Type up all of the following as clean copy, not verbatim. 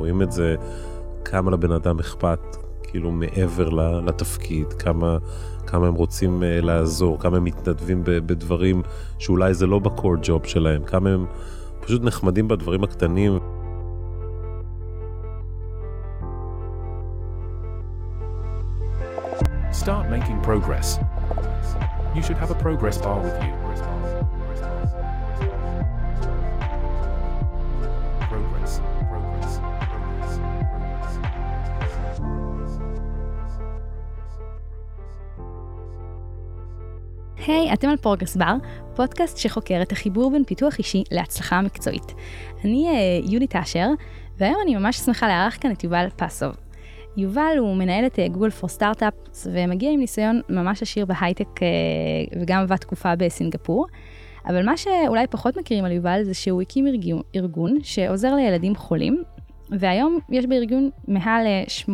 רואים את זה, כמה לבן אדם אכפת, כאילו מעבר לתפקיד, כמה הם רוצים לעזור, כמה הם מתנדבים בדברים שאולי זה לא בקור ג'וב שלהם, כמה הם פשוט נחמדים בדברים הקטנים. Start making progress. You should have a progress bar with you. Progress. היי, אתם על פרוגרס בר, פודקאסט שחוקר את החיבור בין פיתוח אישי להצלחה מקצועית. אני יהודית אשר, והיום אני ממש שמחה לארח כאן את יובל פסוב. יובל הוא מנהל את גוגל פור סטארט-אפס, ומגיע עם ניסיון ממש עשיר בהייטק וגם עבד תקופה בסינגפור. אבל מה שאולי פחות מכירים על יובל זה שהוא הקים ארגון שעוזר לילדים חולים, והיום יש בארגון מעל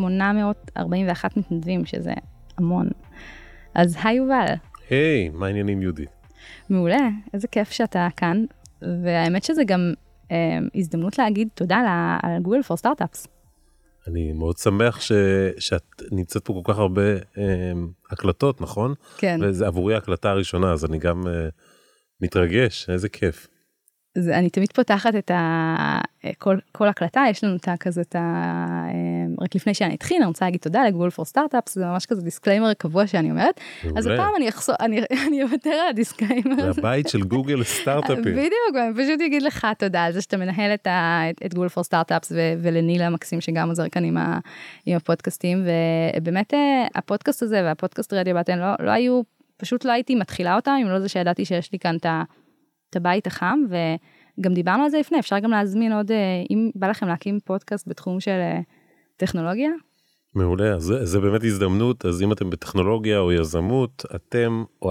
841 מתנדבים, שזה המון. אז היי יובל. היי, מה העניינים יהודית? מעולה, איזה כיף שאתה כאן, והאמת שזה גם הזדמנות להגיד תודה על גוגל פור סטארט-אפס. אני מאוד שמח שאת נמצאת פה כל כך הרבה הקלטות, נכון? כן. וזה עבורי ההקלטה הראשונה, אז אני גם מתרגש, איזה כיף. אני תמיד פותחת את כל הקלטה, יש לנו כזה רק לפני שאני אתחיל, אני רוצה להגיד תודה לגוגל פור סטארט-אפס, זה ממש כזה דיסקליימר קבוע שאני אומרת, אז הפעם אני אוותר על הדיסקליימר. זה הבית של גוגל סטארט-אפים. בדיוק, אני פשוט אגיד לך תודה על זה שאתה מנהל את גוגל פור סטארט-אפס, ולניל המקסים שגם עוזר כאן עם הפודקאסטים, ובאמת הפודקאסט הזה והפודקאסט רדיו באתן לא היו, פשוט לא הייתי מתחילה אותם, אם לא זה שידעתי שיש לי כאן את הבית החם, וגם דיברנו על זה לפני, אפשר גם להזמין עוד, אם בא לכם להקים פודקאסט בתחום של טכנולוגיה. מעולה, אז זה באמת הזדמנות, אז אם אתם בטכנולוגיה או יזמות, אתם או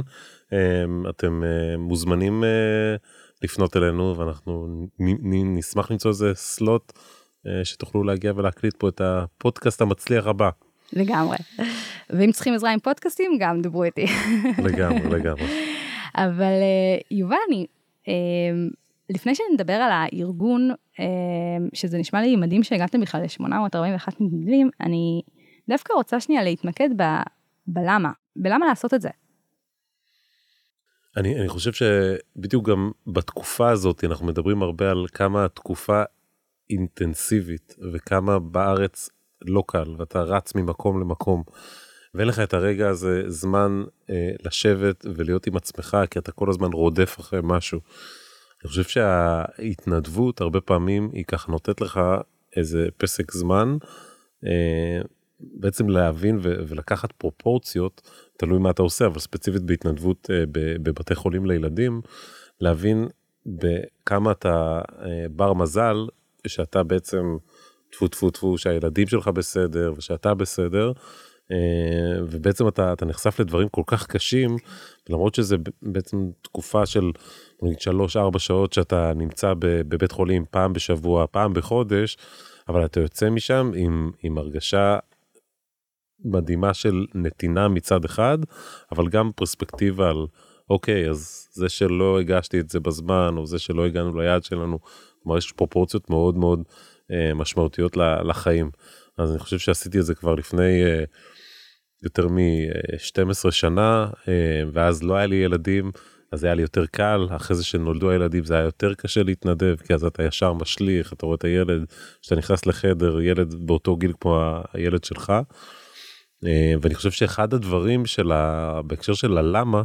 אתם מוזמנים לפנות אלינו, ואנחנו נשמח למצוא איזה סלוט, שתוכלו להגיע ולהקליט פה את הפודקאסט המצליח הבא. לגמרי, ואם צריכים עזרה עם פודקאסטים, גם דברו איתי. לגמרי. אבל יובל, לפני שנדבר על הארגון, שזה נשמע לי מדהים שהגעתם בכלל ל-841 מתנדבים, אני דווקא רוצה שנייה להתמקד בלמה לעשות את זה. אני חושב שבדיוק גם בתקופה הזאת, אנחנו מדברים הרבה על כמה תקופה אינטנסיבית, וכמה בארץ לא קל, ואתה רץ ממקום למקום, ואין לך את הרגע הזה זמן לשבת ולהיות עם עצמך, כי אתה כל הזמן רודף אחרי משהו. אני חושב שההתנדבות הרבה פעמים היא ככה נותנת לך איזה פסק זמן, בעצם להבין ולקחת פרופורציות, תלוי מה אתה עושה, אבל ספציפית בהתנדבות בבתי חולים לילדים, להבין בכמה אתה בר מזל, שאתה בעצם טפו, שהילדים שלך בסדר ושאתה בסדר, ובעצם אתה נחשף לדברים כל כך קשים, למרות שזה בעצם תקופה של 3-4 שעות שאתה נמצא בבית חולים פעם בשבוע, פעם בחודש, אבל אתה יוצא משם עם הרגשה מדהימה של נתינה מצד אחד, אבל גם פרספקטיבה על, אוקיי, אז זה שלא הגשתי את זה בזמן, או זה שלא הגענו ליעד שלנו, כלומר יש פרופורציות מאוד מאוד משמעותיות לחיים. אז אני חושב שעשיתי את זה כבר לפני יותר מ-12 שנה, ואז לא היה לי ילדים, אז היה לי יותר קל, אחרי זה שנולדו הילדים זה היה יותר קשה להתנדב, כי אז אתה ישר משליך, אתה רואה את הילד, שאתה נכנס לחדר, ילד באותו גיל כמו הילד שלך, ואני חושב שאחד הדברים בהקשר של הלמה,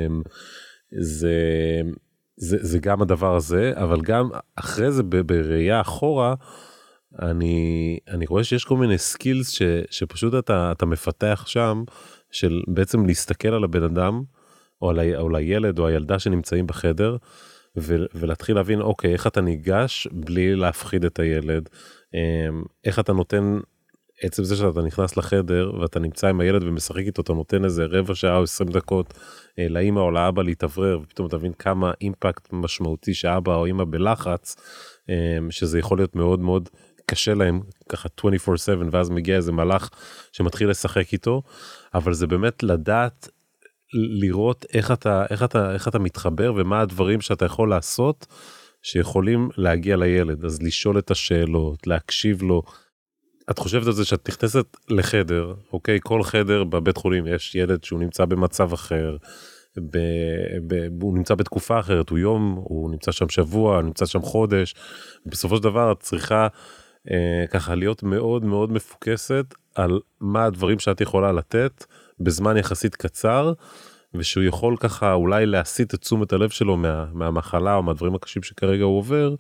זה גם הדבר הזה, אבל גם אחרי זה בראייה אחורה, אני רואה שיש כל מיני סקילס שפשוט אתה מפתח שם, של בעצם להסתכל על הבן אדם, או על הילד או הילדה שנמצאים בחדר, ולהתחיל להבין, אוקיי, איך אתה ניגש בלי להפחיד את הילד, איך אתה נותן, עצם זה שאתה נכנס לחדר, ואתה נמצא עם הילד ומשחק איתו, אתה נותן איזה רבע שעה או 20 דקות, לאמא או לאבא להתאוורר, ופתאום אתה מבין כמה אימפקט משמעותי שאבא או אמא בלחץ, שזה יכול להיות מאוד מאוד קשה להם, ככה 24/7, ואז מגיע איזה מלאך שמתחיל לשחק איתו, אבל זה באמת לדעת, לראות איך אתה מתחבר, ומה הדברים שאתה יכול לעשות, שיכולים להגיע לילד, אז לשאול את השאלות, להקשיב לו. את חושבת על זה שאת נכנסת לחדר, אוקיי? כל חדר בבית חולים יש ילד שהוא נמצא במצב אחר, הוא נמצא בתקופה אחרת, הוא יום, הוא נמצא שם שבוע, הוא נמצא שם חודש, בסופו של דבר את צריכה ככה להיות מאוד מאוד מפוקסת על מה הדברים שאת יכולה לתת בזמן יחסית קצר, ושהוא יכול ככה אולי להסיט את תשומת הלב שלו מהמחלה או מהדברים הקשים שכרגע הוא עובר,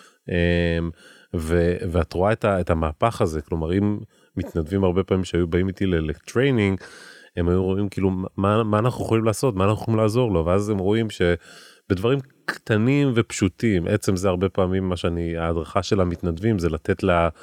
ואת רואה את המהפך הזה, כלומר אם מתנדבים הרבה פעמים שהיו באים איתי לטריינינג, הם היו רואים כאילו מה אנחנו יכולים לעשות, מה אנחנו יכולים לעזור לו, ואז הם רואים שבדברים קטנים ופשוטים, עצם זה הרבה פעמים ההדרכה של המתנדבים זה לתת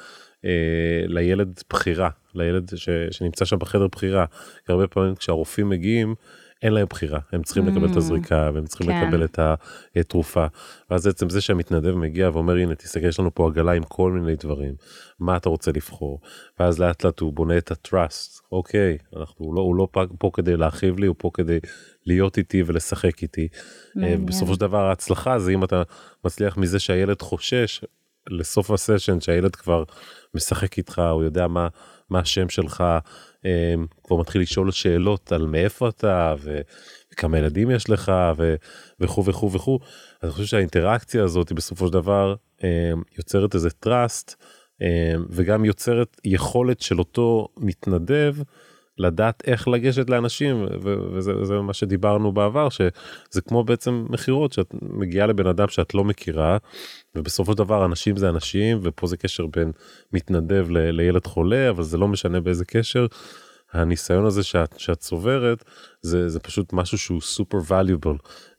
לילד בחירה, לילד שנמצא שם בחדר בחירה, כי הרבה פעמים כשהרופאים מגיעים, אין להם בחירה, הם צריכים לקבל את הזריקה, והם צריכים לקבל את התרופה, ואז בעצם זה שהמתנדב מגיע ואומר, הנה תסתכל, יש לנו פה עגלה עם כל מיני דברים, מה אתה רוצה לבחור, ואז לאט לאט הוא בונה את הטראסט, אוקיי, הוא לא פה כדי להרחיב לי, הוא פה כדי להיות איתי ולשחק איתי, ובסופו של דבר ההצלחה זה אם אתה מצליח מזה שהילד חושש, לסוף הסשן שהילד כבר משחק איתך, הוא יודע מה השם שלך, כבר מתחיל לשאול שאלות על מאיפה אתה וכמה ילדים יש לך וכו' וכו' וכו'. אני חושב שהאינטראקציה הזאת בסופו של דבר יוצרת איזה טראסט, וגם יוצרת יכולת של אותו מתנדב לדעת איך לגשת לאנשים, וזה מה שדיברנו בעבר, שזה כמו בעצם מחירות, שאת מגיעה לבן אדם שאת לא מכירה, ובסופו של דבר אנשים זה אנשים, ופה זה קשר בין מתנדב לילד חולה, אבל זה לא משנה באיזה קשר, הניסיון הזה שאת צוברת, זה פשוט משהו שהוא סופר valuable,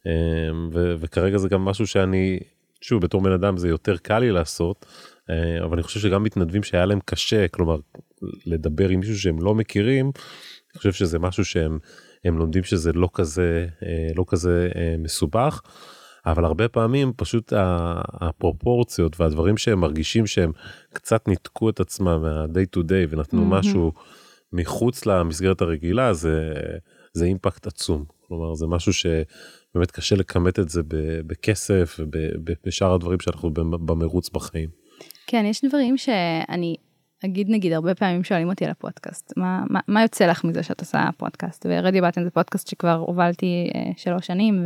וכרגע זה גם משהו שאני, שוב, בתור בן אדם זה יותר קל לי לעשות, אבל אני חושב שגם מתנדבים שהיה להם קשה, כלומר, לדבר עם מישהו שהם לא מכירים, אני חושב שזה משהו שהם לומדים שזה לא כזה מסובך, אבל הרבה פעמים פשוט הפרופורציות והדברים שהם מרגישים שהם קצת ניתקו את עצמם מה-day to day ונתנו משהו מחוץ למסגרת הרגילה, זה אימפקט עצום. כלומר, זה משהו שבאמת קשה לכמת את זה בכסף ובשאר הדברים שאנחנו במרוץ בחיים. כן, יש דברים שאני אגיד, נגיד, הרבה פעמים שואלים אותי על הפודקאסט, מה יוצא לך מזה שאת עושה פודקאסט? ורדי באטן זה פודקאסט שכבר הובלתי 3 שנים,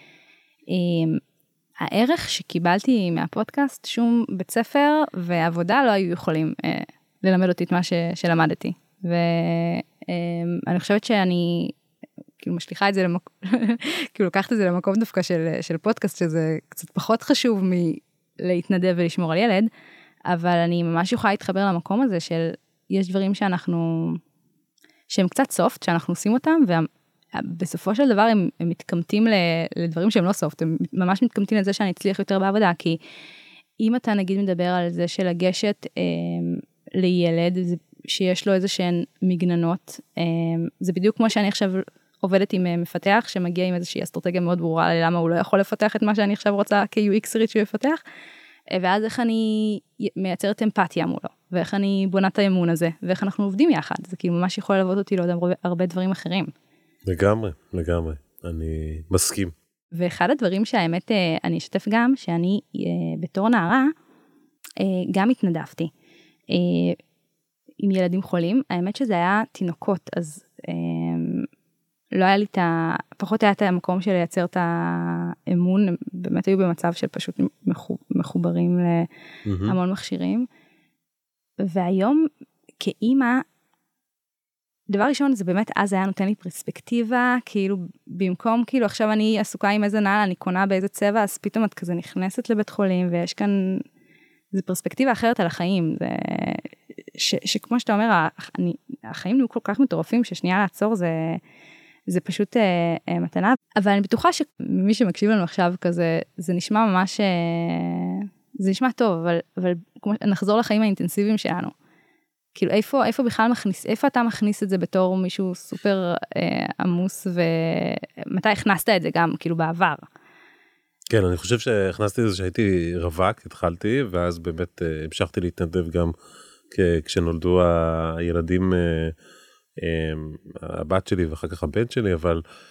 והערך שקיבלתי מהפודקאסט, שום בית ספר ועבודה לא היו יכולים ללמד אותי את מה שלמדתי. ואני חושבת שאני כאילו משליחה את זה כאילו לקחת את זה למקום דווקא של פודקאסט, שזה קצת פחות חשוב מלהתנדב ולשמור על ילד, אבל אני ממש יכולה להתחבר למקום הזה של יש דברים שהם קצת סופט, שאנחנו עושים אותם, ובסופו של דבר הם מתקמתים לדברים שהם לא סופט, הם ממש מתקמתים לזה שאני אצליח יותר בעבודה, כי אם אתה נגיד מדבר על זה של לגשת לילד, שיש לו איזה שהן מגננות, זה בדיוק כמו שאני עכשיו עובדת עם מפתח, שמגיע עם איזושהי אסטרטגיה מאוד ברורה, למה הוא לא יכול לפתח את מה שאני עכשיו רוצה כ-UX-רית שהוא יפתח, ואז איך אני מייצרת אמפתיה מולו, ואיך אני בונה את האמון הזה, ואיך אנחנו עובדים יחד, זה כאילו ממש יכול לעבוד אותי לעוד הרבה דברים אחרים. לגמרי, אני מסכים. ואחד הדברים שהאמת, אני אשתף גם, שאני בתור נערה, גם התנדבתי, עם ילדים חולים, האמת שזה היה תינוקות, אז לא היה לי פחות היה את המקום של לייצר את האמון, הם באמת היו במצב של פשוט מחוברים להמון מכשירים, והיום כאימא, דבר ראשון זה באמת אז היה נותן לי פרספקטיבה, כאילו במקום כאילו עכשיו אני עסוקה עם איזה נעל, אני קונה באיזה צבע, אז פתאום את כזה נכנסת לבית חולים, ויש כאן, זה פרספקטיבה אחרת על החיים, זה שכמו שאתה אומר, החיים נהיו כל כך מטורפים, ששנייה לעצור זה פשוט מתנה, אבל אני בטוחה שמי שמקשיב לנו עכשיו כזה, זה נשמע ממש, זה נשמע טוב, אבל נחזור לחיים האינטנסיביים שלנו. כאילו איפה בכלל איפה אתה מכניס את זה בתור מישהו סופר עמוס, ומתי הכנסת את זה גם, כאילו בעבר? כן, אני חושב שהכנסתי את זה שהייתי רווק, התחלתי, ואז באמת המשכתי להתנדב גם כשנולדו הילדים, הבת שלי ואחר כך הבן שלי, אבל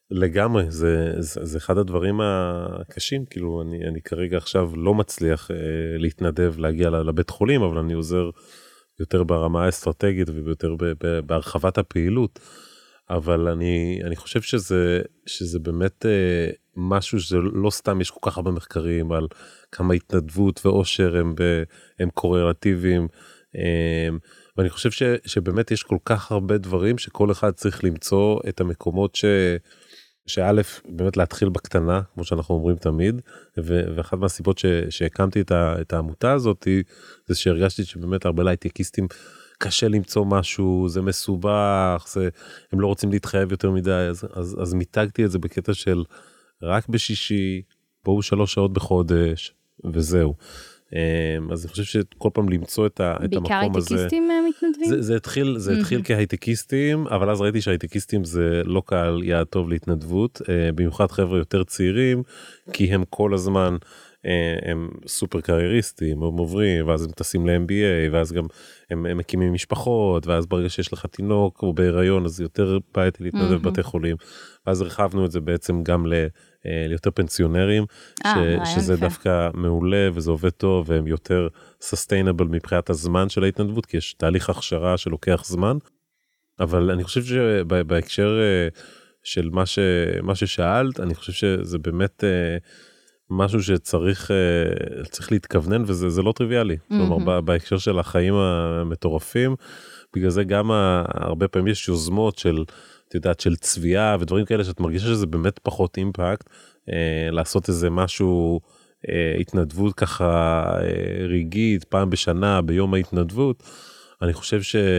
לגמרי, זה אחד הדברים הקשים, כאילו אני כרגע עכשיו לא מצליח להתנדב להגיע לבית חולים, אבל אני עוזר יותר ברמה האסטרטגית ויותר בהרחבת הפעילות, אבל אני חושב שזה באמת משהו שזה לא סתם, יש כל כך הרבה מחקרים על כמה התנדבות ואושר הם קורלטיביים, ואני חושב שבאמת יש כל כך הרבה דברים שכל אחד צריך למצוא את המקומות שא' באמת להתחיל בקטנה, כמו שאנחנו אומרים תמיד, ואחת מהסיבות שהקמתי את העמותה הזאת, זה שהרגשתי שבאמת הרבה להייטקיסטים קשה למצוא משהו, זה מסובך, הם לא רוצים להתחייב יותר מדי, אז מיתגתי את זה בקטע של רק בשישי, בואו 3 שעות בחודש, וזהו. אז אני חושב שכל פעם למצוא את המקום הזה. בעיקר הייטקיסטים מתנדבים? זה התחיל כהייטקיסטים, אבל אז ראיתי שהייטקיסטים זה לא קהל יעד טוב להתנדבות, במיוחד חבר'ה יותר צעירים, כי הם כל הזמן, הם סופר קרייריסטים, הם עוברים, ואז הם טסים ל-MBA, ואז גם הם מקימים משפחות, ואז ברגע שיש לך תינוק או בהיריון, אז יותר בעייתי להתנדב בבתי חולים, ואז הרחבנו את זה בעצם גם ליותר פנסיונרים, שזה דווקא מעולה וזה עובד טוב, והם יותר sustainable מבחינת הזמן של ההתנדבות, כי יש תהליך הכשרה שלוקח זמן, אבל אני חושב שבהקשר של מה ששאלת, אני חושב שזה באמת משהו שצריך להתכוונן, וזה לא טריוויאלי, כלומר בהקשר של החיים המטורפים, בגלל זה גם הרבה פעמים יש יוזמות של, את יודעת, של צביעה ודברים כאלה, שאת מרגישה שזה באמת פחות אימפקט, לעשות איזה משהו, התנדבות ככה רגעית, פעם בשנה, ביום ההתנדבות, אני חושב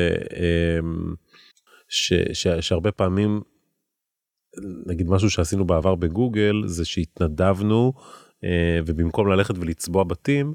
שהרבה פעמים, נגיד משהו שעשינו בעבר בגוגל, זה שהתנדבנו, ובמקום ללכת ולצבוע בתים,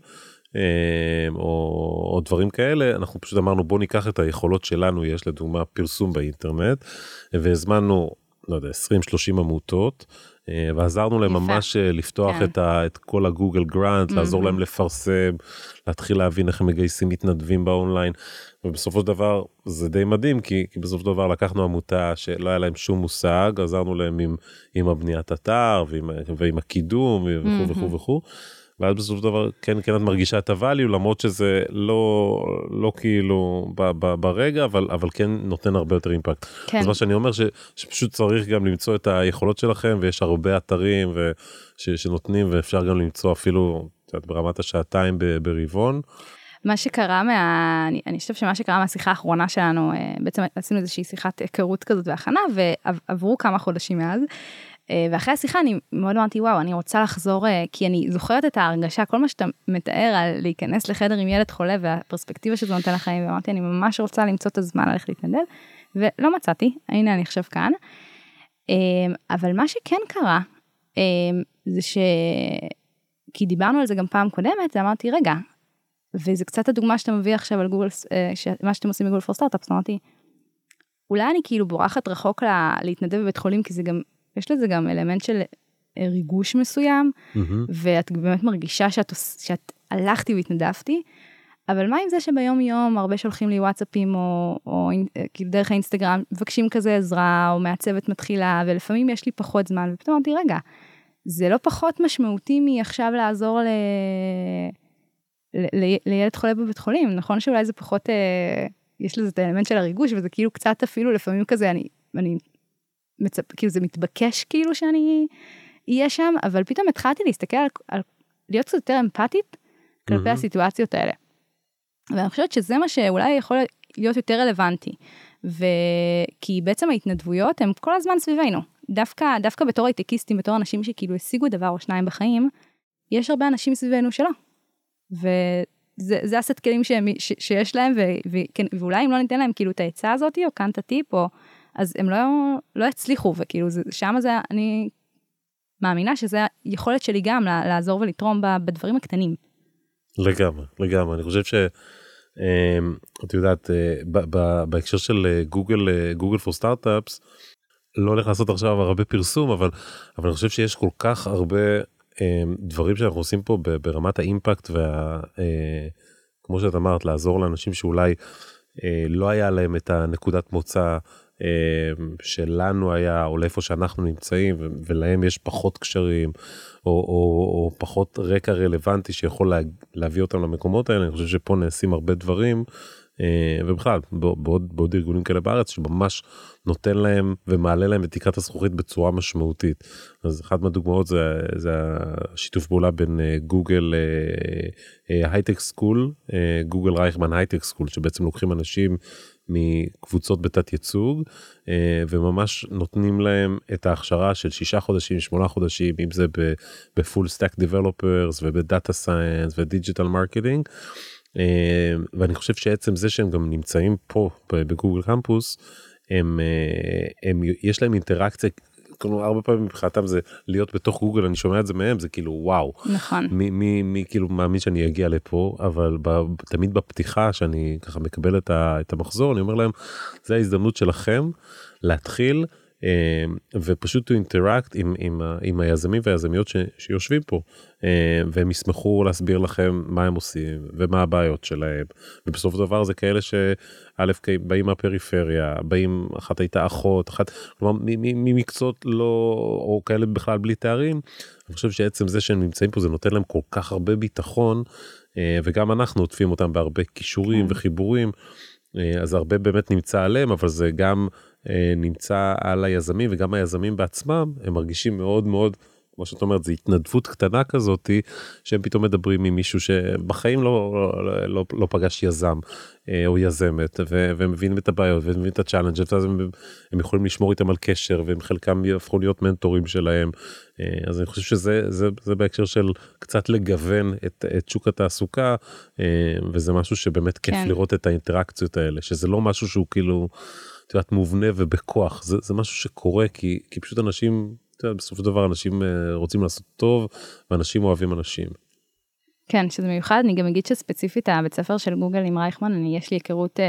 או דברים כאלה, אנחנו פשוט אמרנו בוא ניקח את היכולות שלנו, יש לדוגמה פרסום באינטרנט, והזמנו, לא יודע, 20-30 עמותות, ועזרנו להם ממש לפתוח את כל הגוגל גרנט, לעזור להם לפרסם, להתחיל להבין איך הם מגייסים מתנדבים באונליין, ובסופו של דבר זה די מדהים, כי בסופו של דבר לקחנו עמותה שלא היה להם שום מושג, עזרנו להם עם הבניית אתר, ועם הקידום, וכו' וכו', ואז בסופו של דבר כן את מרגישה את הvalue, למרות שזה לא כאילו ברגע, אבל כן נותן הרבה יותר אימפקט. אז מה שאני אומר שפשוט צריך גם למצוא את היכולות שלכם, ויש הרבה אתרים שנותנים, ואפשר גם למצוא אפילו ברמת השעתיים ברבעון. מה שקרה אני חושב שמה שקרה מהשיחה האחרונה שלנו, בעצם עשינו איזושהי שיחת היכרות כזאת והכנה, ועברו כמה חודשים מאז, ואחרי השיחה אני מאוד אמרתי, וואו, אני רוצה לחזור, כי אני זוכרת את ההרגשה, כל מה שאתה מתאר על להיכנס לחדר עם ילד חולה, והפרספקטיבה שזה נותן לחיים, ואמרתי, אני ממש רוצה למצוא את הזמן ללכת להתנדב, ולא מצאתי, הנה אני עכשיו כאן, אבל מה שכן קרה, זה כי דיברנו על זה גם פעם קודמת, זה אמרתי, רגע, וזה קצת הדוגמה שאתה מביא עכשיו על גוגל, מה שאתם עושים בגוגל פור סטארט-אפס, אמרתי, אולי אני כאילו בורחת רחוק להתנדב בבית חולים, כי זה גם, יש לזה גם אלמנט של ריגוש מסוים, ואת באמת מרגישה שאת הלכתי והתנדבתי, אבל מה עם זה שביום יום הרבה שולחים לי וואטסאפים, או כאילו דרך האינסטגרם, מבקשים כזה עזרה, או מעצבת מתחילה, ולפעמים יש לי פחות זמן, ופתאום אמרתי, רגע, זה לא פחות משמעותי מעכשיו לעזור לילד חולה בבית חולים, נכון שאולי זה פחות, יש לזה את האלמנט של הריגוש, וזה כאילו קצת אפילו לפעמים כזה, כאילו זה מתבקש כאילו שאני אהיה שם, אבל פתאום התחלתי להסתכל על להיות קצת יותר אמפתית, כלפי הסיטואציות האלה. ואני חושבת שזה מה שאולי יכול להיות יותר רלוונטי, כי בעצם ההתנדבויות הן כל הזמן סביבנו, דווקא בתור הייטקיסטים, בתור אנשים שכאילו השיגו דבר או שניים בחיים, יש הרבה אנשים סביבנו שלא. וזה הסט כלים שיש להם, ואולי אם לא ניתן להם כאילו את העצה הזאת, או כאן את הטיפ, אז הם לא יצליחו, וכאילו שם זה, אני מאמינה שזה היכולת שלי גם לעזור ולתרום בדברים הקטנים. לגמרי. אני חושב את יודעת, בהקשר של גוגל פור סטארט-אפס, לא הולך לעשות עכשיו הרבה פרסום, אבל אני חושב שיש כל כך הרבה דברים שאנחנו עושים פה ברמת האימפקט, כמו שאת אמרת, לעזור לאנשים שאולי לא היה להם את הנקודת מוצא שלנו היה, או לאיפה שאנחנו נמצאים, ולהם יש פחות קשרים, או פחות רקע רלוונטי שיכול להביא אותם למקומות האלה. אני חושב שפה נעשים הרבה דברים, ובכלל, בעוד ארגונים כאלה בארץ, שממש נותן להם ומעלה להם את תקרת הזכוכית בצורה משמעותית. אז אחת מהדוגמאות זה השיתוף פעולה בין גוגל הייטק סקול, גוגל רייכמן הייטק סקול, שבעצם לוקחים אנשים מקבוצות בתת ייצוג, וממש נותנים להם את ההכשרה של 6 חודשים, 8 חודשים, אם זה בפול סטאק דיבלופרס ובדאטה סיינס ודיג'יטל מרקטינג, ואני חושב שעצם זה שהם גם נמצאים פה בגוגל קמפוס, יש להם אינטראקציה, כלומר, הרבה פעמים מבחינתם זה להיות בתוך גוגל, אני שומע את זה מהם, זה כאילו וואו. נכון. מי כאילו מאמין שאני אגיע לפה, אבל תמיד בפתיחה שאני ככה מקבל את המחזור, אני אומר להם, זה ההזדמנות שלכם להתחיל, ופשוט to interact עם היזמים והיזמיות שיושבים פה, והם ישמחו להסביר לכם מה הם עושים ומה הבעיות שלהם, ובסוף דבר זה כאלה שא' באים מהפריפריה, באים, אחת הייתה אחות, כלומר ממקצות לא, או כאלה בכלל בלי תארים. אני חושב שעצם זה שהם נמצאים פה זה נותן להם כל כך הרבה ביטחון, וגם אנחנו עוטפים אותם בהרבה כישורים וחיבורים, אז הרבה באמת נמצא עליהם, אבל זה גם נמצא על היזמים, וגם היזמים בעצמם, הם מרגישים מאוד מאוד, כמו שאת אומרת, זו התנדבות קטנה כזאת, שהם פתאום מדברים עם מישהו שבחיים לא פגש יזם או יזמת, והם מבינים את הבעיות, והם מבינים את הצ'אלנג', ואז הם יכולים לשמור איתם על קשר, והם חלקם יהפכו להיות מנטורים שלהם. אז אני חושב שזה בהקשר של קצת לגוון את שוק התעסוקה, וזה משהו שבאמת כיף לראות את האינטראקציות האלה, שזה לא משהו שהוא כאילו, את יודעת, מובנה ובכוח, זה משהו שקורה, כי פשוט אנשים, בסופו של דבר אנשים רוצים לעשות טוב, ואנשים אוהבים אנשים. כן, שזה מיוחד. אני גם אגיד שספציפית הבית ספר של גוגל עם רייכמן, יש לי היכרות,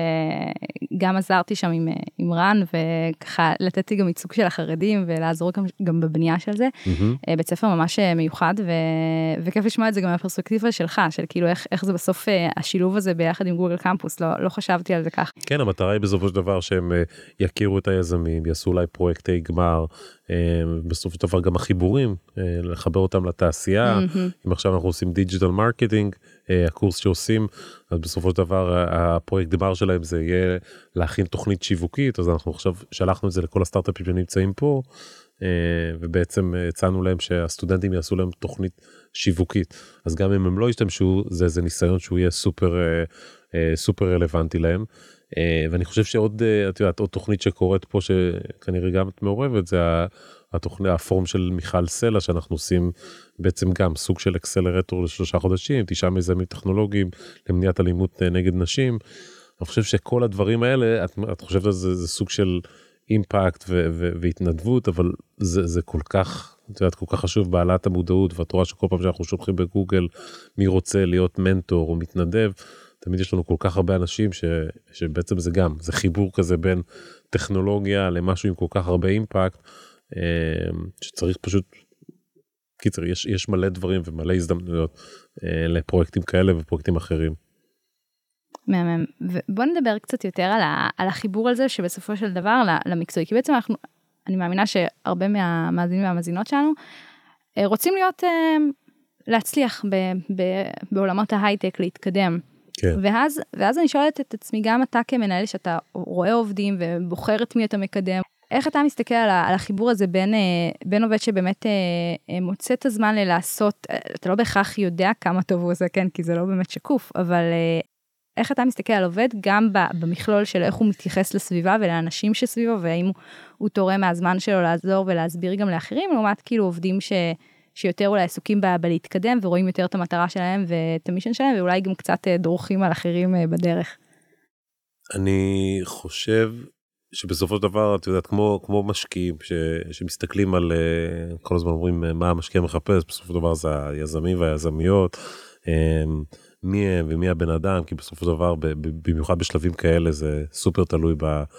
גם עזרתי שם עם רן, וככה לתתי גם ייצוג של החרדים, ולעזור גם בבנייה של זה. בית ספר ממש מיוחד, וכיף לשמוע את זה גם מהפרספקטיבה שלך, של כאילו איך זה בסוף השילוב הזה ביחד עם גוגל קמפוס, לא חשבתי על זה כך. כן, המטרה היא בסופו של דבר שהם יכירו את היזמים, יעשו אולי פרויקטי גמר, בסופו של דבר גם החיבורים, לחבר אותם לתעשייה. אם עכשיו אנחנו עושים דיג'יטל מרקטינג, הקורס שעושים, אז בסופו של דבר הפרויקט גמר שלהם זה יהיה להכין תוכנית שיווקית, אז אנחנו עכשיו שלחנו את זה לכל הסטארט-אפים שנמצאים פה, ובעצם הצענו להם שהסטודנטים יעשו להם תוכנית שיווקית, אז גם אם הם לא ישתמשו, זה ניסיון שהוא יהיה סופר רלוונטי להם. ואני חושב שעוד, את יודעת, עוד תוכנית שקורית פה, שכנראה גם את מעורבת, זה הפורום של מיכל סלע, שאנחנו עושים בעצם גם סוג של אקסלרטור ל3 חודשים, 9 מיזמים טכנולוגיים למניעת אלימות נגד נשים. אני חושב שכל הדברים האלה, את חושבת על זה סוג של אימפקט והתנדבות, אבל זה כל כך, את יודעת, כל כך חשוב בהעלאת המודעות, ואת רואה שכל פעם שאנחנו שולחים בגוגל, מי רוצה להיות מנטור או מתנדב, תמיד יש לנו כל כך הרבה אנשים שבעצם זה חיבור כזה בין טכנולוגיה למשהו עם כל כך הרבה אימפקט, שצריך פשוט, קיצר, יש מלא דברים ומלא הזדמנויות לפרויקטים כאלה ופרויקטים אחרים. מהמם. ובוא נדבר קצת יותר על החיבור על זה, שבסופו של דבר למקצועי, כי בעצם אני מאמינה שהרבה מהמאזינים והמאזינות שלנו, רוצים להצליח בעולמות ההייטק, להתקדם. כן. ואז אני שואלת את עצמי, גם אתה כמנהל שאתה רואה עובדים ובוחר את מי אתה מקדם, איך אתה מסתכל על החיבור הזה בין עובד שבאמת מוצא את הזמן לעשות, אתה לא בהכרח יודע כמה טוב הוא עושה, כן, כי זה לא באמת שקוף, אבל איך אתה מסתכל על עובד גם במכלול של איך הוא מתייחס לסביבה ולאנשים שסביבו, והאם הוא תורם מהזמן שלו לעזור ולהסביר גם לאחרים, לעומת כאילו עובדים שיותר אולי עסוקים בלהתקדם ורואים יותר את המטרה שלהם ואת המישן שלהם, ואולי גם קצת דורכים על אחרים בדרך. אני חושב שבסופו של דבר, את יודעת, כמו משקיעים שמסתכלים על, כל הזמן אומרים מה המשקיע מחפש, בסופו של דבר זה היזמים והיזמיות, מי הם ומי הבן אדם, כי בסופו של דבר, במיוחד בשלבים כאלה, זה סופר תלוי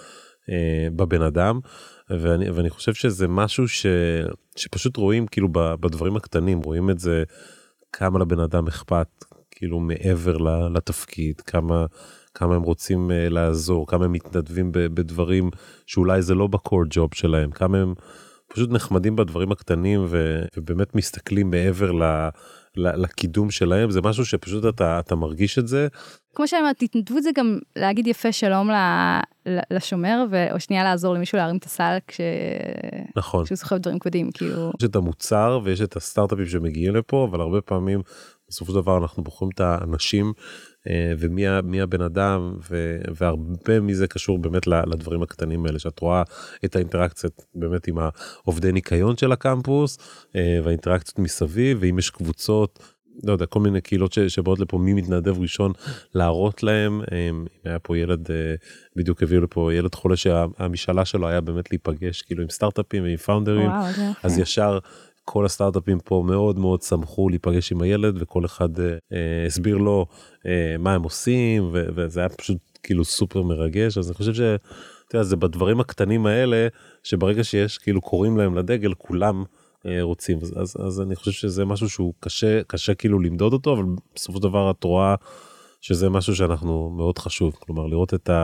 בבן אדם, ואני חושב שזה משהו שפשוט רואים כאילו בדברים הקטנים, רואים את זה כמה לבן אדם אכפת, כאילו מעבר לתפקיד, כמה הם רוצים לעזור, כמה הם מתנדבים בדברים שאולי זה לא בקור ג'וב שלהם, כמה הם פשוט נחמדים בדברים הקטנים ובאמת מסתכלים מעבר לקידום שלהם, זה משהו שפשוט אתה מרגיש את זה. כמו שאמרת, התנדבות זה גם להגיד יפה שלום לשומר, או שנייה לעזור למישהו להרים את הסל נכון. כשהוא סוחב דברים כבדים, כאילו. יש את המוצר ויש את הסטארט-אפים שמגיעים לפה, אבל הרבה פעמים בסופו של דבר אנחנו בוחרים את האנשים, ומי הבן אדם, והרבה מזה קשור באמת לדברים הקטנים האלה, שאת רואה את האינטראקציות באמת עם העובדי ניקיון של הקמפוס, והאינטראקציות מסביב, ואם יש קבוצות, לא יודע, כל מיני קהילות שבאות לפה, מי מתנדב ראשון להראות להם, אם היה פה ילד, בדיוק הביאו לפה ילד חולה שהמשאלה שלו היה באמת להיפגש כאילו עם סטארט-אפים ועם פאונדרים, אז ישר כל הסטארט-אפים פה מאוד מאוד שמחו להיפגש עם הילד, וכל אחד הסביר לו מה הם עושים, וזה היה פשוט כאילו סופר מרגש, אז אני חושב שזה בדברים הקטנים האלה, שברגע שיש כאילו קוראים להם לדגל, כולם רוצים, אז אני חושב שזה משהו שהוא קשה כאילו למדוד אותו, אבל בסופו של דבר את רואה שזה משהו שאנחנו מאוד חשוב, כלומר לראות את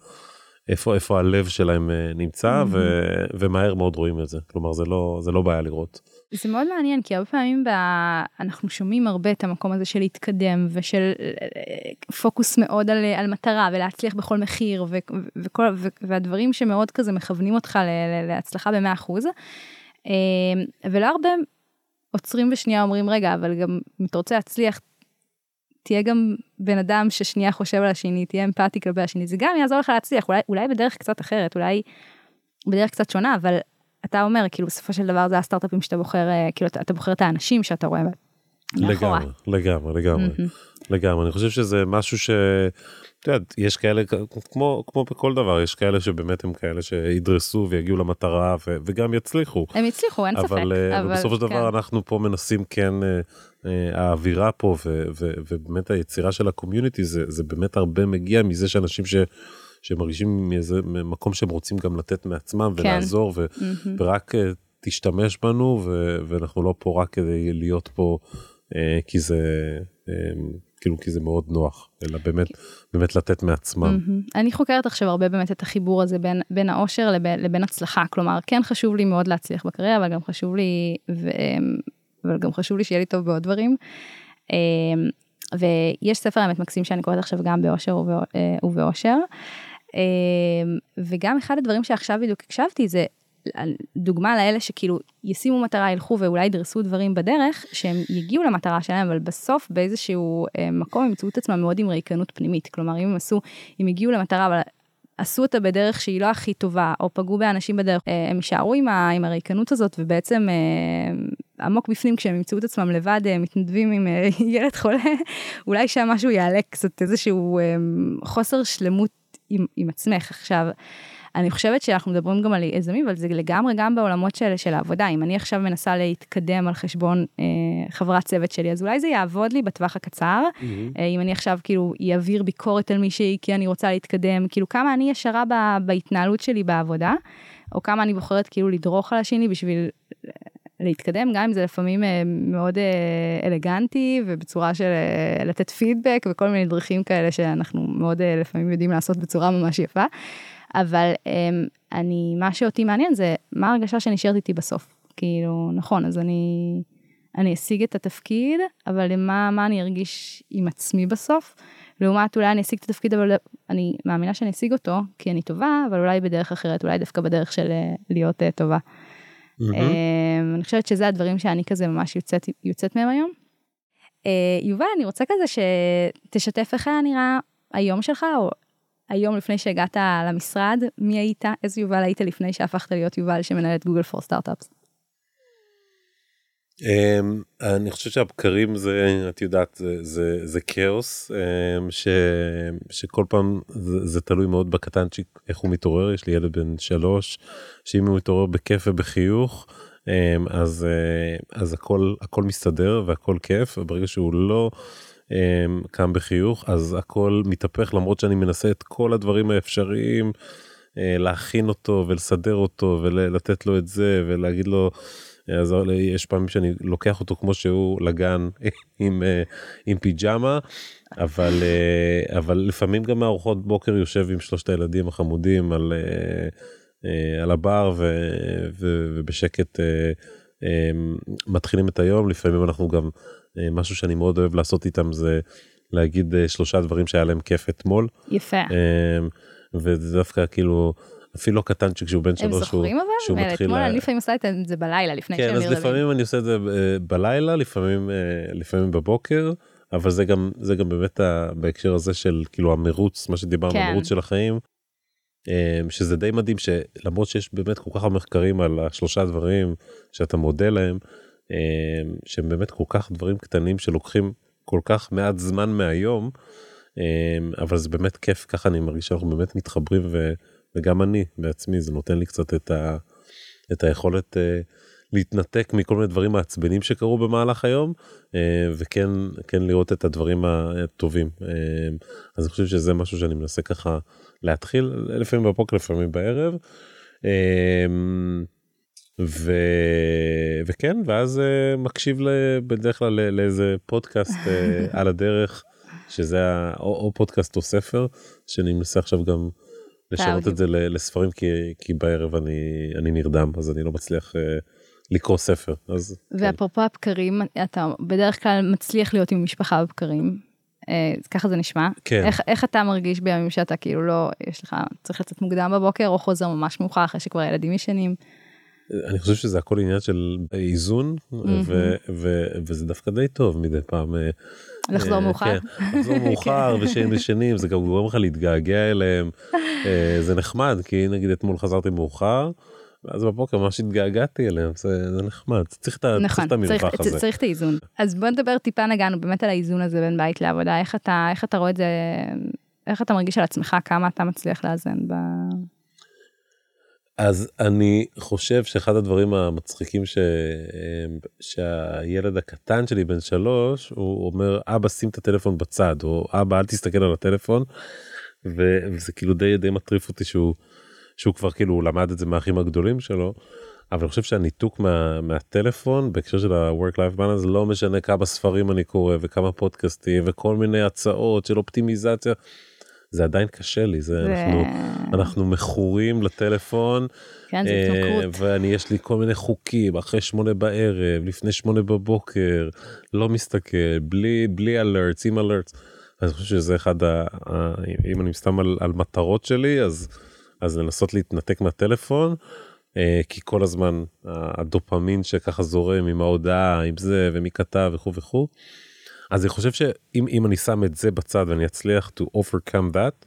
איפה הלב שלהם נמצא, ומהר מאוד רואים את זה, כלומר זה לא בעיה לראות. זה מאוד מעניין, כי הרבה פעמים אנחנו שומעים הרבה את המקום הזה של להתקדם, ושל פוקוס מאוד על מטרה, ולהצליח בכל מחיר, והדברים שמאוד כזה מכוונים אותך להצלחה ב100%, ולא הרבה עוצרים בשנייה אומרים, רגע, אבל גם אם אתה רוצה להצליח, תהיה גם בן אדם ששנייה חושב על השני, תהיה אמפתי כלפי השני, זה גם יעזור לך להצליח, אולי בדרך קצת אחרת, אולי בדרך קצת שונה, אבל אתה אומר, כאילו בסופו של דבר זה הסטארט-אפים שאתה בוחר, כאילו אתה בוחר את האנשים שאתה רואה מאחורה. לגמרי, אני חושב שזה משהו אתה יודע, יש כאלה, כמו בכל דבר, יש כאלה שבאמת הם כאלה שידרסו ויגיעו למטרה וגם יצליחו. הם יצליחו, אין ספק. אבל בסופו של דבר אנחנו פה מנסים כן, האווירה פה ובאמת היצירה של הקומיוניטי, זה באמת הרבה מגיע מזה שאנשים שמרגישים מאיזה מקום שהם רוצים גם לתת מעצמם ולעזור, ורק תשתמש בנו, ואנחנו לא פה רק כדי להיות פה, כי זה... כאילו כי זה מאוד נוח, אלא באמת לתת מעצמם. אני חוקרת עכשיו הרבה באמת את החיבור הזה בין האושר לבין הצלחה, כלומר כן חשוב לי מאוד להצליח בקריירה, אבל גם חשוב לי שיהיה לי טוב בעוד דברים, ויש ספר האמת מקסים שאני קוראת עכשיו גם באושר ובאושר, וגם אחד הדברים שעכשיו בדיוק הקשבתי זה, דוגמה לאלה שכאילו ישימו מטרה, ילכו ואולי ידרסו דברים בדרך, שהם יגיעו למטרה שלהם, אבל בסוף באיזשהו מקום הם ימצאו את עצמם מאוד עם ריקנות פנימית, כלומר אם הגיעו למטרה, אבל עשו אותה בדרך שהיא לא הכי טובה, או פגעו באנשים בדרך, הם יישארו עם הריקנות הזאת, ובעצם עמוק בפנים, כשהם ימצאו את עצמם לבד, מתנדבים עם ילד חולה, אולי שם משהו יעלה קצת איזשהו חוסר שלמות עם עצמך. עכשיו, אני חושבת שאנחנו מדברים גם על יזמים, אבל זה לגמרי גם בעולמות של העבודה. אם אני עכשיו מנסה להתקדם על חשבון חברת צוות שלי, אז אולי זה יעבוד לי בטווח הקצר. אם אני עכשיו כאילו יעביר ביקורת על מישהי, כי אני רוצה להתקדם, כאילו כמה אני ישרה בהתנהלות שלי בעבודה, או כמה אני בוחרת כאילו לדרוך על השני בשביל להתקדם, גם אם זה לפעמים מאוד אלגנטי, ובצורה של לתת פידבק, וכל מיני דרכים כאלה שאנחנו מאוד לפעמים יודעים לעשות בצורה ממש יפה. אבל מה שאותי מעניין זה מה הרגשה שנשארת איתי בסוף. כאילו, נכון, אז אני אשיג את התפקיד, אבל מה אני ארגיש עם עצמי בסוף? לעומת אולי אני אשיג את התפקיד, אבל אני מאמינה שאני אשיג אותו, כי אני טובה, אבל אולי בדרך אחרת, אולי דווקא בדרך של להיות טובה. אני חושבת שזה הדברים שאני כזה ממש יוצאת מהם היום. יובל, אני רוצה כזה שתשתף איך היה נראה היום שלך, או היום לפני שהגעת למשרד, מי היית, איזה יובל היית לפני שהפכת להיות יובל שמנהל את גוגל פור סטארט-אפס? אני חושב שהבקרים זה, את יודעת, זה כאוס, שכל פעם זה תלוי מאוד בקטנצ'יק, איך הוא מתעורר. יש לי ילד בן 3, שאם הוא מתעורר בכיף ובחיוך, אז הכל מסתדר והכל כיף, וברגע שהוא לא קם בחיוך, אז הכל מתהפך, למרות שאני מנסה את כל הדברים האפשריים, להכין אותו ולסדר אותו ולתת לו את זה ולהגיד לו אז יש פעמים שאני לוקח אותו כמו שהוא לגן עם פיג'מה, אבל לפעמים גם מארוחות בוקר יושב עם שלושת הילדים החמודים על הבר ובשקט מתחילים את היום. לפעמים אנחנו גם, משהו שאני מאוד אוהב לעשות איתם זה להגיד 3 דברים שהיה להם כיף אתמול. יפה. וזה דווקא כאילו, אפילו קטנצ'יק שהוא בן 3, הם זוכרים אבל? אתמול אני לפעמים עושה את זה בלילה, לפני שהם נרדמים. כן, אז לפעמים אני עושה את זה בלילה, לפעמים בבוקר, אבל זה גם באמת בהקשר הזה של כאילו המרוץ, מה שדיברנו, המרוץ של החיים, שזה די מדהים שלמרות שיש באמת כל כך המחקרים על 3 דברים שאתה מודה להם, שהם באמת כל כך דברים קטנים שלוקחים כל כך מעט זמן מהיום, אבל זה באמת כיף, ככה אני מרגיש שאנחנו באמת מתחברים, וגם אני בעצמי, זה נותן לי קצת את היכולת להתנתק מכל מיני דברים מעצבנים שקרו במהלך היום, וכן לראות את הדברים הטובים. אז אני חושב שזה משהו שאני מנסה ככה להתחיל, לפעמים בבוקר, לפעמים בערב, וכן, ואז מקשיב בדרך כלל לאיזה פודקאסט על הדרך, שזה או פודקאסט או ספר, שאני מנסה עכשיו גם לשנות את זה לספרים, כי בערב אני נרדם, אז אני לא מצליח לקרוא ספר. ואפרופו הבקרים, אתה בדרך כלל מצליח להיות עם משפחה בבקרים, ככה זה נשמע. כן. איך אתה מרגיש בימים שאתה כאילו לא, יש לך, צריך לצאת מוקדם בבוקר, או חוזר ממש מאוחר אחרי שכבר ילדים ישנים? אני חושב שזה הכל עניין של איזון, וזה דווקא די טוב מדי פעם. לחזור מאוחר? כן, לחזור מאוחר ושהם ישנים, זה גם גורם לך להתגעגע אליהם, זה נחמד, כי נגיד אתמול חזרתי מאוחר, ואז בבוקר ממש התגעגעתי אליהם, זה נחמד, צריך את המרווח הזה. צריך את האיזון. אז בוא נדבר טיפה, נגענו באמת על האיזון הזה בין בית לעבודה, איך אתה רואה את זה, איך אתה מרגיש על עצמך, כמה אתה מצליח לאזן אז אני חושב שאחד הדברים המצחיקים שהילד הקטן שלי בן 3, הוא אומר, אבא שים את הטלפון בצד, או אבא אל תסתכל על הטלפון, וזה כאילו די מטריף אותי שהוא כבר כאילו למד את זה מהאחים הגדולים שלו, אבל אני חושב שהניתוק מהטלפון, בהקשר של ה-work-life balance, לא משנה כמה ספרים אני קורא, וכמה פודקאסטים, וכל מיני הצעות של אופטימיזציה, זה עדיין קשה לי, אנחנו מכורים לטלפון, כן, זה התמכרות. יש לי כל מיני חוקים, אחרי 8 בערב, לפני 8 בבוקר, לא מסתכל, בלי alerts, עם alerts, אני חושב שזה אחד, אם אני מסתם על מטרות שלי, אז לנסות להתנתק מהטלפון, כי כל הזמן הדופמין שככה זורם עם ההודעה, עם זה, ומי כתב וכו' וכו', אז אני חושב שאם אני שם את זה בצד ואני אצליח to overcome that,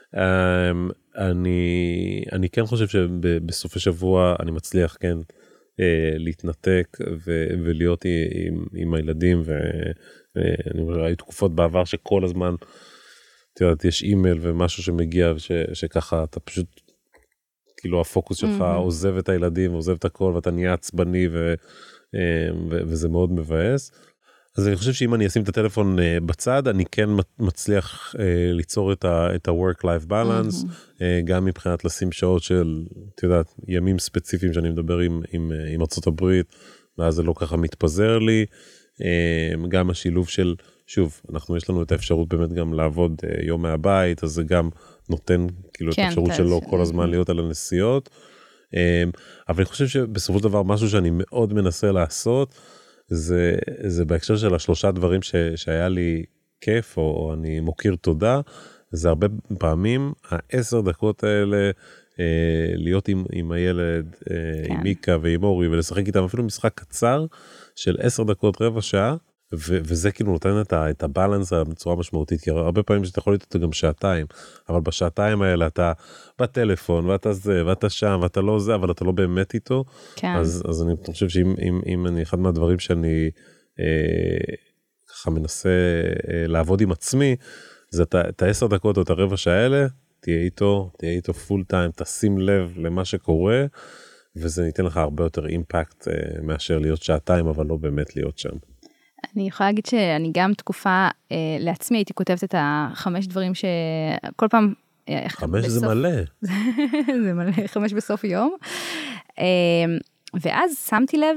אני כן חושב שבסופי שבוע אני מצליח כן להתנתק ולהיות עם הילדים, ואני אומר, היו תקופות בעבר שכל הזמן, אתה יודעת, יש אימייל ומשהו שמגיע שככה אתה פשוט, כאילו הפוקוס שלך עוזב את הילדים, עוזב את הכל ואתה נהיה עצבני וזה מאוד מבאס. אז אני חושב שאם אני אשים את הטלפון בצד, אני כן מצליח ליצור את ה-work-life balance, גם מבחינת לשים שעות של, אתה יודעת, ימים ספציפיים שאני מדבר עם ארצות הברית, ואז זה לא ככה מתפזר לי, גם השילוב של, שוב, יש לנו את האפשרות באמת גם לעבוד יום מהבית, אז זה גם נותן כאילו את האפשרות שלו כל הזמן להיות על הנסיעות, אבל אני חושב שבסופו של דבר משהו שאני מאוד מנסה לעשות, זה בהקשר של 3 דברים שהיה לי כיף, או אני מוקיר תודה, זה הרבה פעמים, 10 דקות האלה, להיות עם הילד, עם מיקה ועם אורי, ולשחק איתם אפילו משחק קצר, של 10 דקות, רבע שעה, וזה כאילו נותן את הבלנס בצורה משמעותית, כי הרבה פעמים שאתה יכול להיות אותו גם 2 שעות, אבל בשעתיים האלה אתה בטלפון, ואתה זה, ואתה שם, ואתה לא זה, אבל אתה לא באמת איתו, אז אני חושב שאם אני, אחד מהדברים שאני ככה מנסה לעבוד עם עצמי, זה את 10 דקות או את הרבע שעה האלה, תהיה איתו פול טיים, תשים לב למה שקורה, וזה ניתן לך הרבה יותר אימפקט מאשר להיות 2 שעות, אבל לא באמת להיות שם. אני יכולה להגיד שאני גם תקופה לעצמי הייתי כותבת את 5 דברים שכל פעם 5 זה מלא. זה מלא, 5 בסוף יום. ואז שמתי לב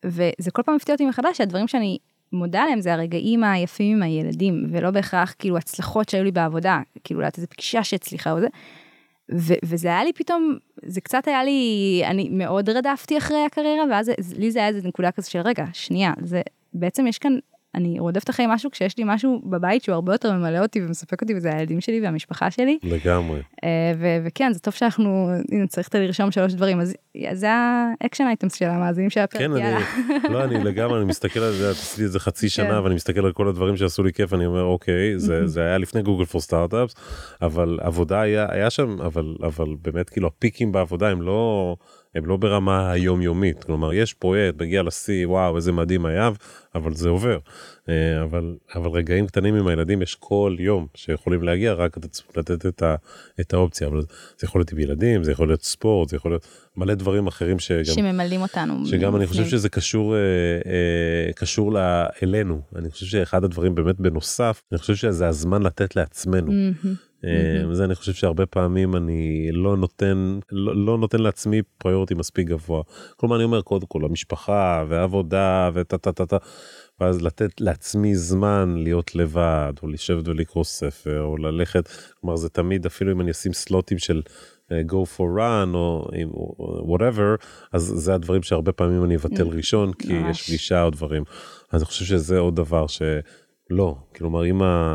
וזה כל פעם מפתיע אותי מחדש, שהדברים שאני מודה להם, זה הרגעים היפים עם הילדים, ולא בהכרח כאילו הצלחות שהיו לי בעבודה, כאילו לאט איזו פגישה שהצליחה או זה, וזה היה לי פתאום, זה קצת היה לי, אני מאוד רדפתי אחרי הקריירה, ואז לי זה היה איזו נקודה כזה של רגע, שנייה, זה בעצם יש כאן, אני רודפת אחרי משהו כשיש לי משהו בבית שהוא הרבה יותר ממלא אותי ומספק אותי, וזה הילדים שלי והמשפחה שלי. לגמרי. וכן, זה טוב שאנחנו, צריך לרשום 3 דברים, אז זה האקשן אייטמס של המאזינים של הפרק, יאללה. לא, אני לגמרי, אני מסתכל על זה, עשיתי את זה חצי שנה, ואני מסתכל על כל הדברים שעשו לי כיף, אני אומר, אוקיי, זה היה לפני גוגל פור סטארט-אפס, אבל עבודה היה שם, אבל באמת כאילו הפיקים בעבודה הם לא ברמה היומיומית, כלומר יש פרויקט, מגיע לשיא, וואו, איזה מדהים היה, אבל זה עובר. אבל רגעים קטנים עם הילדים יש כל יום שיכולים להגיע, רק אתה צריך לתת את האופציה, אבל זה יכול להיות עם ילדים, זה יכול להיות ספורט, זה יכול להיות מלא דברים אחרים שממלאים אותנו. שגם אני חושב שזה קשור אלינו. אני חושב שאחד הדברים באמת בנוסף, אני חושב שזה הזמן לתת לעצמנו. זה אני חושב שהרבה פעמים אני לא נותן לעצמי פריוריטי מספיק גבוה. כלומר אני אומר קודם כל המשפחה והעבודה ואז לתת לעצמי זמן להיות לבד או לשבת ולקרוא ספר או ללכת. כלומר זה תמיד אפילו אם אני אשים סלוטים של go for run או whatever, אז זה הדברים שהרבה פעמים אני אבטל ראשון כי יש פגישה או דברים. אז אני חושב שזה עוד דבר לא, כלומר,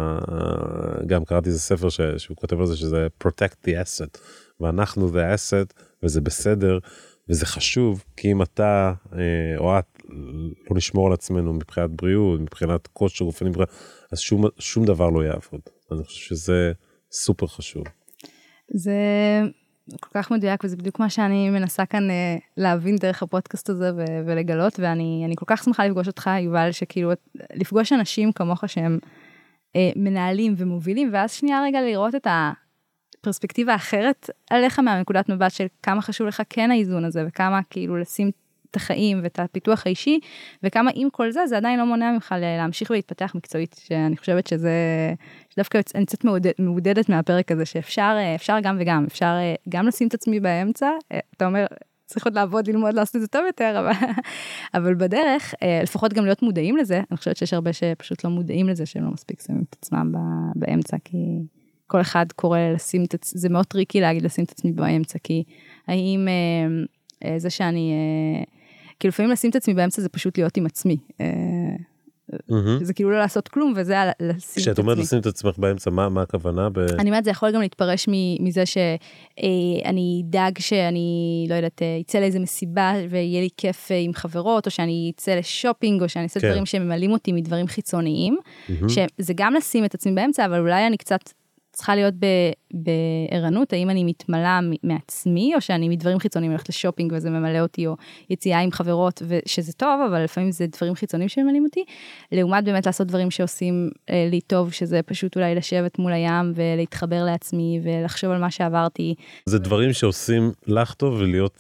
גם קראתי איזה ספר שהוא כותב על זה, שזה protect the asset, ואנחנו the asset, וזה בסדר, וזה חשוב, כי אם אתה או את לא נשמור על עצמנו מבחינת בריאות, מבחינת כושר גופני, אז שום דבר לא יעבוד. אני חושב שזה סופר חשוב. זה כל כך מדויק, וזה בדיוק מה שאני מנסה כאן להבין דרך הפודקאסט הזה ולגלות, ואני כל כך שמחה לפגוש אותך, יובל, שכאילו לפגוש אנשים כמוך שהם מנהלים ומובילים, ואז שנייה רגע לראות את הפרספקטיבה האחרת עליך מהנקודת מבט של כמה חשוב לך כן האיזון הזה, וכמה כאילו לשים את החיים ואת הפיתוח האישי, וכמה עם כל זה, זה עדיין לא מונע ממך להמשיך ולהתפתח מקצועית, שאני חושבת שזה, שדווקא אני קצת מעודדת מהפרק הזה, שאפשר גם וגם, אפשר גם לשים את עצמי באמצע, אתה אומר, צריך עוד לעבוד, ללמוד, לעשות את זה טוב יותר, אבל בדרך, לפחות גם להיות מודעים לזה, אני חושבת שיש הרבה שפשוט לא מודעים לזה, שהם לא מספיק שמים את עצמם באמצע, כי כל אחד קורא לשים את עצמי, זה מאוד טריקי להגיד לשים את עצמי באמצע, כי האם זה שאני, כאילו לפעמים לשים את עצמי באמצע זה פשוט להיות עם עצמי. זה כאילו לא לעשות כלום, וזה לשים את עצמי. כשאת אומרת לשים את עצמך באמצע, מה הכוונה? אני אומרת, זה יכול גם להתפרש מזה שאני דאג שאני, לא יודעת, יצא לאיזה מסיבה ויהיה לי כיף עם חברות, או שאני יצא לשופינג, או שאני אעשה דברים שממלאים אותי מדברים חיצוניים, שזה גם לשים את עצמי באמצע, אבל אולי אני קצת צריכה להיות בערנות, האם אני מתמלאה מעצמי, או שאני מדברים חיצוניים הולכת לשופינג, וזה ממלא אותי, או יציאה עם חברות, ושזה טוב, אבל לפעמים זה דברים חיצוניים שממלאים אותי, לעומת באמת לעשות דברים שעושים לי טוב, שזה פשוט אולי לשבת מול הים, ולהתחבר לעצמי, ולחשוב על מה שעברתי. זה דברים שעושים לך טוב,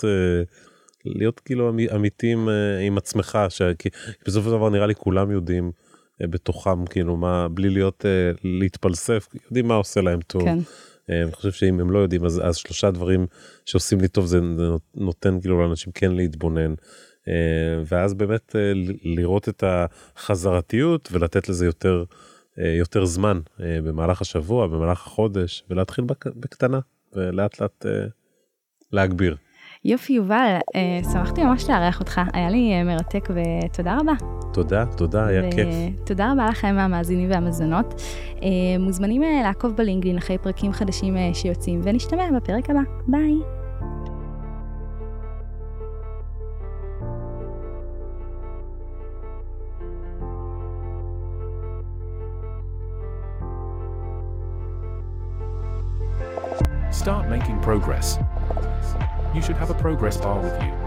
ולהיות כאילו אמיתיים עם עצמך, כי בסוף הדבר נראה לי כולם יודעים, בתוכם, כאילו, בלי להתפלסף, יודעים מה עושה להם טוב. כן. אני חושב שאם הם לא יודעים, אז 3 דברים שעושים לי טוב, זה נותן כאילו לאנשים כן להתבונן, ואז באמת לראות את החזרתיות, ולתת לזה יותר זמן, במהלך השבוע, במהלך החודש, ולהתחיל בקטנה, ולאט לאט להגביר. יופי יובל, שמחתי ממש לארח אותך, היה לי מרתק ותודה רבה. תודה, היה כיף. תודה רבה לכם המאזינים והמאזינות. מוזמנים לעקוב בלינקדאין אחרי פרקים חדשים שיוצאים, ונשתמע בפרק הבא. ביי. Start making progress. You should have a progress bar with you.